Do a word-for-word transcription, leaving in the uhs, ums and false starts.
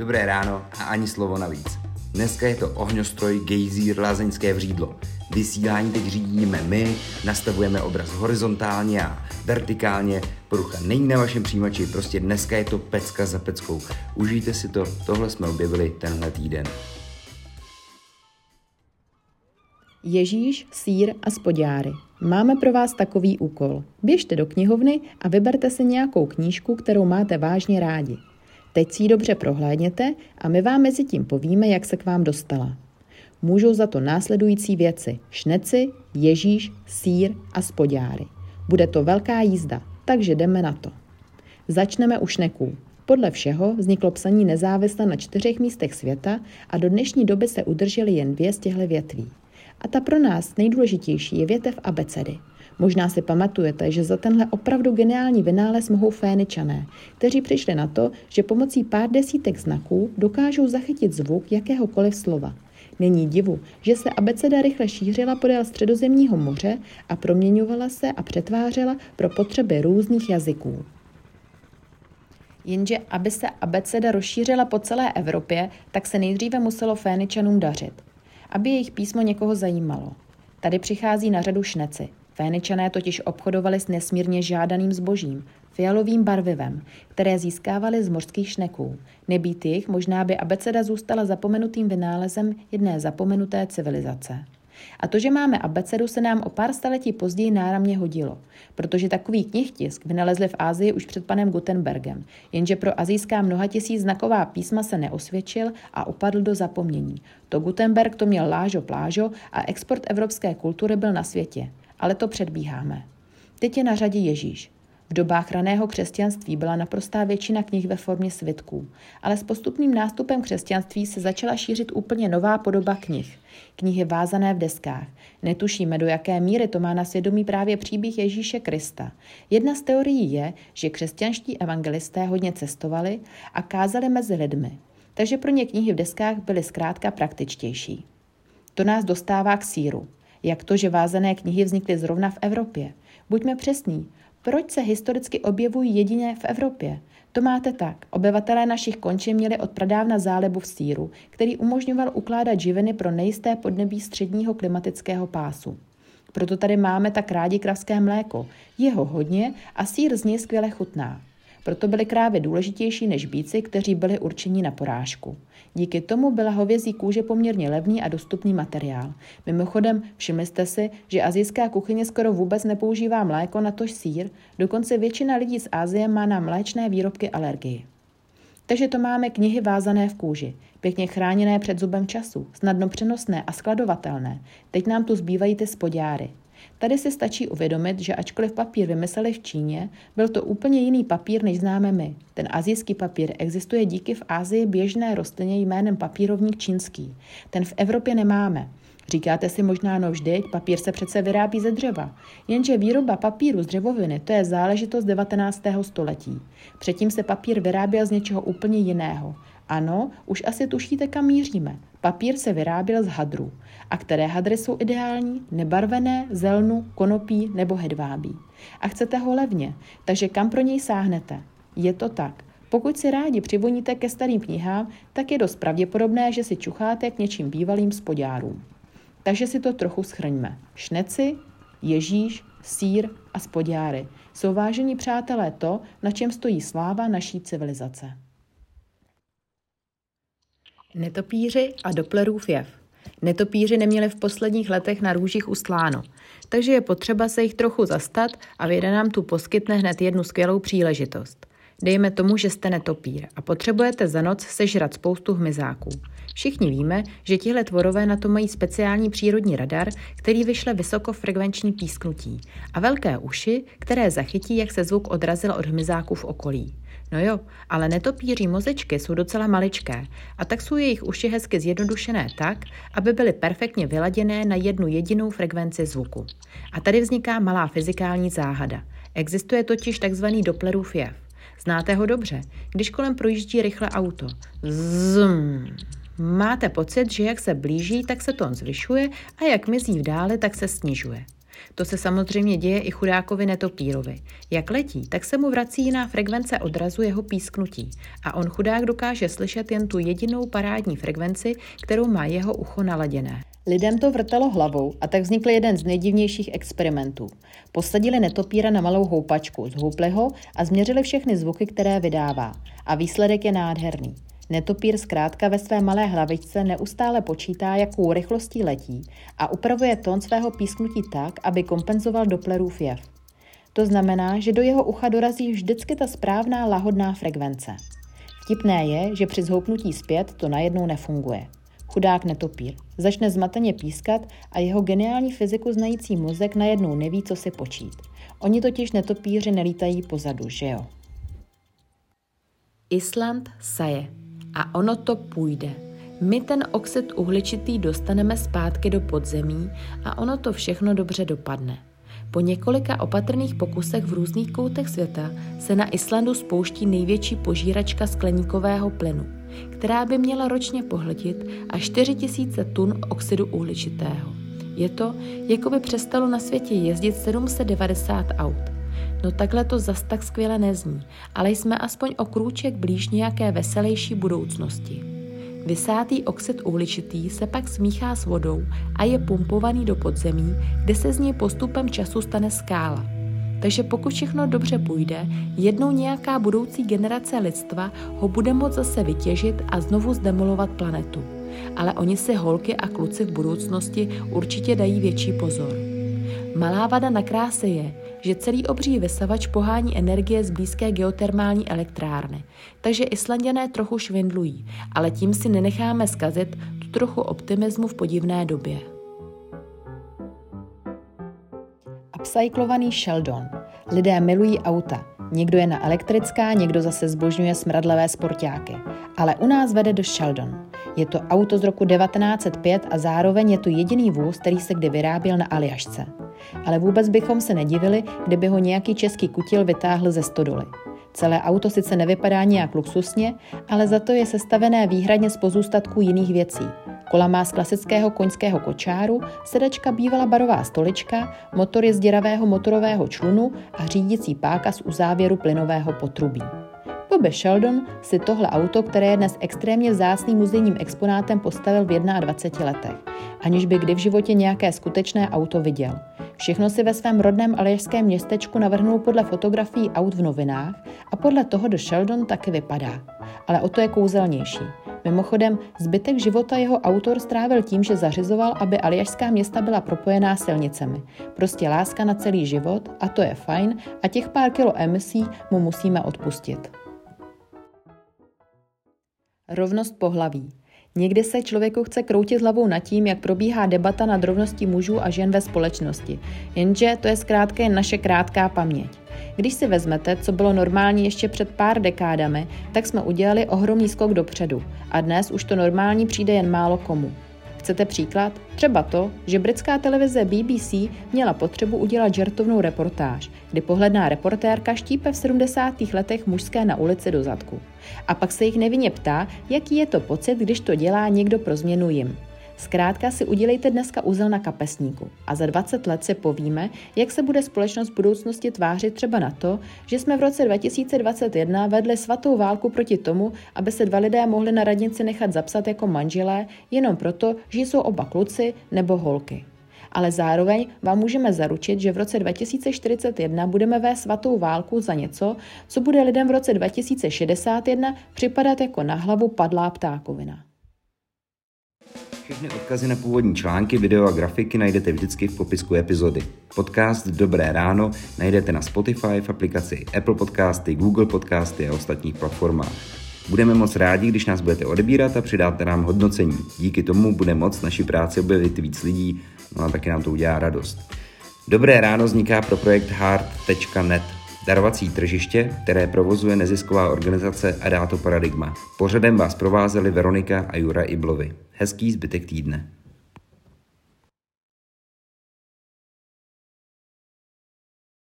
Dobré ráno a ani slovo navíc. Dneska je to ohňostroj gejzír Lázeňské vřídlo. Vysílání teď řídíme my, nastavujeme obraz horizontálně a vertikálně, porucha není na vašem přijímači, prostě dneska je to pecka za peckou. Užijte si to, tohle jsme objevili tenhle týden. Ježíš, sýr a spodjáry. Máme pro vás takový úkol. Běžte do knihovny a vyberte si nějakou knížku, kterou máte vážně rádi. Teď si ji dobře prohlédněte a my vám mezi tím povíme, jak se k vám dostala. Můžou za to následující věci. Šneci, Ježíš, sýr a spodjáry. Bude to velká jízda, takže jdeme na to. Začneme u šneků. Podle všeho vzniklo psaní nezávisle na čtyřech místech světa a do dnešní doby se udržely jen dvě z těchto větví. A ta pro nás nejdůležitější je větev abecedy. Možná si pamatujete, že za tenhle opravdu geniální vynález mohou Féničané, kteří přišli na to, že pomocí pár desítek znaků dokážou zachytit zvuk jakéhokoliv slova. Není divu, že se abeceda rychle šířila podél Středozemního moře a proměňovala se a přetvářela pro potřeby různých jazyků. Jenže aby se abeceda rozšířila po celé Evropě, tak se nejdříve muselo Féničanům dařit, aby jejich písmo někoho zajímalo. Tady přichází na řadu šneci. Féničané totiž obchodovali s nesmírně žádaným zbožím, fialovým barvivem, které získávali z mořských šneků. Nebýt jich, možná by abeceda zůstala zapomenutým vynálezem jedné zapomenuté civilizace. A to, že máme abecedu, se nám o pár staletí později náramně hodilo, protože takový knihtisk vynalezli v Asii už před panem Gutenbergem, jenže pro asijská mnohatisíc znaková písma se neosvědčil a upadl do zapomnění. To Gutenberg to měl lážo plážo a export evropské kultury byl na světě. Ale to předbíháme. Teď je na řadě Ježíš. V dobách raného křesťanství byla naprostá většina knih ve formě svitků, ale s postupným nástupem křesťanství se začala šířit úplně nová podoba knih. Knihy vázané v deskách. Netušíme, do jaké míry to má na svědomí právě příběh Ježíše Krista. Jedna z teorií je, že křesťanští evangelisté hodně cestovali a kázali mezi lidmi, takže pro ně knihy v deskách byly zkrátka praktičtější. To nás dostává k sýru. Jak to, že vázané knihy vznikly zrovna v Evropě? Buďme přesní. Proč se historicky objevují jedině v Evropě? To máte tak. Obyvatelé našich končin měli od pradávna zálibu v sýru, který umožňoval ukládat živiny pro nejisté podnebí středního klimatického pásu. Proto tady máme tak rádi kravské mléko. Je ho hodně a sýr z něj skvěle chutná. Proto byly krávy důležitější než býci, kteří byli určeni na porážku. Díky tomu byla hovězí kůže poměrně levný a dostupný materiál. Mimochodem, všimli jste si, že asijská kuchyně skoro vůbec nepoužívá mléko, natož sýr, dokonce většina lidí z Asie má na mléčné výrobky alergii. Takže to máme knihy vázané v kůži, pěkně chráněné před zubem času, snadno přenosné a skladovatelné. Teď nám tu zbývají ty spodjáry. Tady si stačí uvědomit, že ačkoliv papír vymysleli v Číně, byl to úplně jiný papír, než známe my. Ten asijský papír existuje díky v Asii běžné rostlině jménem papírovník čínský. Ten v Evropě nemáme. Říkáte si možná, no vždyť, papír se přece vyrábí ze dřeva. Jenže výroba papíru z dřevoviny, to je záležitost devatenáctého století. Předtím se papír vyráběl z něčeho úplně jiného. Ano, už asi tušíte, kam míříme. Papír se vyráběl z hadrů. A které hadry jsou ideální? Nebarvené, zelnu, konopí nebo hedvábí. A chcete ho levně, takže kam pro něj sáhnete? Je to tak. Pokud si rádi přivoníte ke starým knihám, tak je dost pravděpodobné, že si čucháte k něčím bývalým spodjárům. Takže si to trochu shrňme. Šneci, Ježíš, sýr a spodjáry jsou, vážení přátelé, to, na čem stojí sláva naší civilizace. Netopíři a Dopplerův jev. Netopíři neměli v posledních letech na růžích ustláno, takže je potřeba se jich trochu zastat a věda nám tu poskytne hned jednu skvělou příležitost. Dejme tomu, že jste netopír a potřebujete za noc sežrat spoustu hmyzáků. Všichni víme, že tihle tvorové na to mají speciální přírodní radar, který vyšle vysokofrekvenční písknutí a velké uši, které zachytí, jak se zvuk odrazil od hmyzáků v okolí. No jo, ale netopíří mozečky jsou docela maličké a tak jsou jejich uši hezky zjednodušené tak, aby byly perfektně vyladěné na jednu jedinou frekvenci zvuku. A tady vzniká malá fyzikální záhada. Existuje totiž takzvaný Dopplerův jev. Znáte ho dobře, když kolem projíždí rychle auto. Zum. Máte pocit, že jak se blíží, tak se tón zvyšuje a jak mizí v dáli, tak se snižuje. To se samozřejmě děje i chudákovi netopírovi. Jak letí, tak se mu vrací jiná frekvence odrazu jeho písknutí a on chudák dokáže slyšet jen tu jedinou parádní frekvenci, kterou má jeho ucho naladěné. Lidem to vrtalo hlavou a tak vznikl jeden z nejdivnějších experimentů. Posadili netopíra na malou houpačku, zhoupli ho a změřili všechny zvuky, které vydává. A výsledek je nádherný. Netopír zkrátka ve své malé hlavičce neustále počítá, jakou rychlostí letí a upravuje tón svého písknutí tak, aby kompenzoval Dopplerův jev. To znamená, že do jeho ucha dorazí vždycky ta správná lahodná frekvence. Vtipné je, že při zhoupnutí zpět to najednou nefunguje. Chudák netopír začne zmateně pískat a jeho geniální fyziku znající mozek najednou neví, co si počít. Oni totiž netopíři nelítají pozadu, že jo? Island saje. A ono to půjde. My ten oxid uhličitý dostaneme zpátky do podzemí a ono to všechno dobře dopadne. Po několika opatrných pokusech v různých koutech světa se na Islandu spouští největší požíračka skleníkového plynu, která by měla ročně pohltit až čtyři tisíce tun oxidu uhličitého. Je to, jako by přestalo na světě jezdit sedm set devadesát aut. No takhle to zas tak skvěle nezní, ale jsme aspoň o krůček blíž nějaké veselější budoucnosti. Vysátý oxid uhličitý se pak smíchá s vodou a je pumpovaný do podzemí, kde se z něj postupem času stane skála. Takže pokud všechno dobře půjde, jednou nějaká budoucí generace lidstva ho bude moct zase vytěžit a znovu zdemolovat planetu. Ale oni si holky a kluci v budoucnosti určitě dají větší pozor. Malá vada na kráse je, že celý obří vysavač pohání energie z blízké geotermální elektrárny, takže Islanďané trochu švindlují, ale tím si nenecháme zkazit tu trochu optimismu v podivné době. Upcyklovaný Sheldon. Lidé milují auta. Někdo je na elektrická, někdo zase zbožňuje smradlavé sportáky. Ale u nás vede do Sheldon. Je to auto z roku devatenáct set pět a zároveň je to jediný vůz, který se kdy vyráběl na Aljašce. Ale vůbec bychom se nedivili, kdyby ho nějaký český kutil vytáhl ze stodoly. Celé auto sice nevypadá nějak luxusně, ale za to je sestavené výhradně z pozůstatků jiných věcí. Kola má z klasického koňského kočáru, sedačka bývala barová stolička, motor je z děravého motorového člunu a řídící páka z uzávěru plynového potrubí. Bobby Sheldon si tohle auto, které je dnes extrémně vzácným muzejním exponátem, postavil v dvaceti jedné letech, aniž by kdy v životě nějaké skutečné auto viděl. Všechno si ve svém rodném aljašském městečku navrhnul podle fotografií aut v novinách a podle toho do Sheldon taky vypadá. Ale o to je kouzelnější. Mimochodem, zbytek života jeho autor strávil tím, že zařizoval, aby aljašská města byla propojená silnicemi. Prostě láska na celý život, a to je fajn, a těch pár kilo emisí mu musíme odpustit. Rovnost pohlaví. Někdy se člověku chce kroutit hlavou nad tím, jak probíhá debata nad rovností mužů a žen ve společnosti. Jenže to je zkrátka jen naše krátká paměť. Když si vezmete, co bylo normální ještě před pár dekádami, tak jsme udělali ohromný skok dopředu a dnes už to normální přijde jen málo komu. Chcete příklad? Třeba to, že britská televize B B C měla potřebu udělat žertovnou reportáž, kdy pohledná reportérka štípe v sedmdesátých letech mužské na ulici do zadku. A pak se jich nevinně ptá, jaký je to pocit, když to dělá někdo pro změnu jim. Zkrátka si udělejte dneska uzel na kapesníku a za dvacet let si povíme, jak se bude společnost v budoucnosti tvářit třeba na to, že jsme v roce dva tisíce dvacet jedna vedli svatou válku proti tomu, aby se dva lidé mohli na radnici nechat zapsat jako manželé, jenom proto, že jsou oba kluci nebo holky. Ale zároveň vám můžeme zaručit, že v roce dva tisíce čtyřicet jedna budeme vést svatou válku za něco, co bude lidem v roce dva tisíce šedesát jedna připadat jako na hlavu padlá ptákovina. Všechny odkazy na původní články, video a grafiky najdete vždycky v popisku epizody. Podcast Dobré ráno najdete na Spotify, v aplikaci Apple Podcasty, Google Podcasty a ostatních platformách. Budeme moc rádi, když nás budete odebírat a přidáte nám hodnocení. Díky tomu bude moc naši práci objevit víc lidí, no a taky nám to udělá radost. Dobré ráno vzniká pro projekt heart tečka net, darovací tržiště, které provozuje nezisková organizace Adato Paradigma. Pořadem vás provázeli Veronika a Jura Iblovi. Hezký zbytek týdne.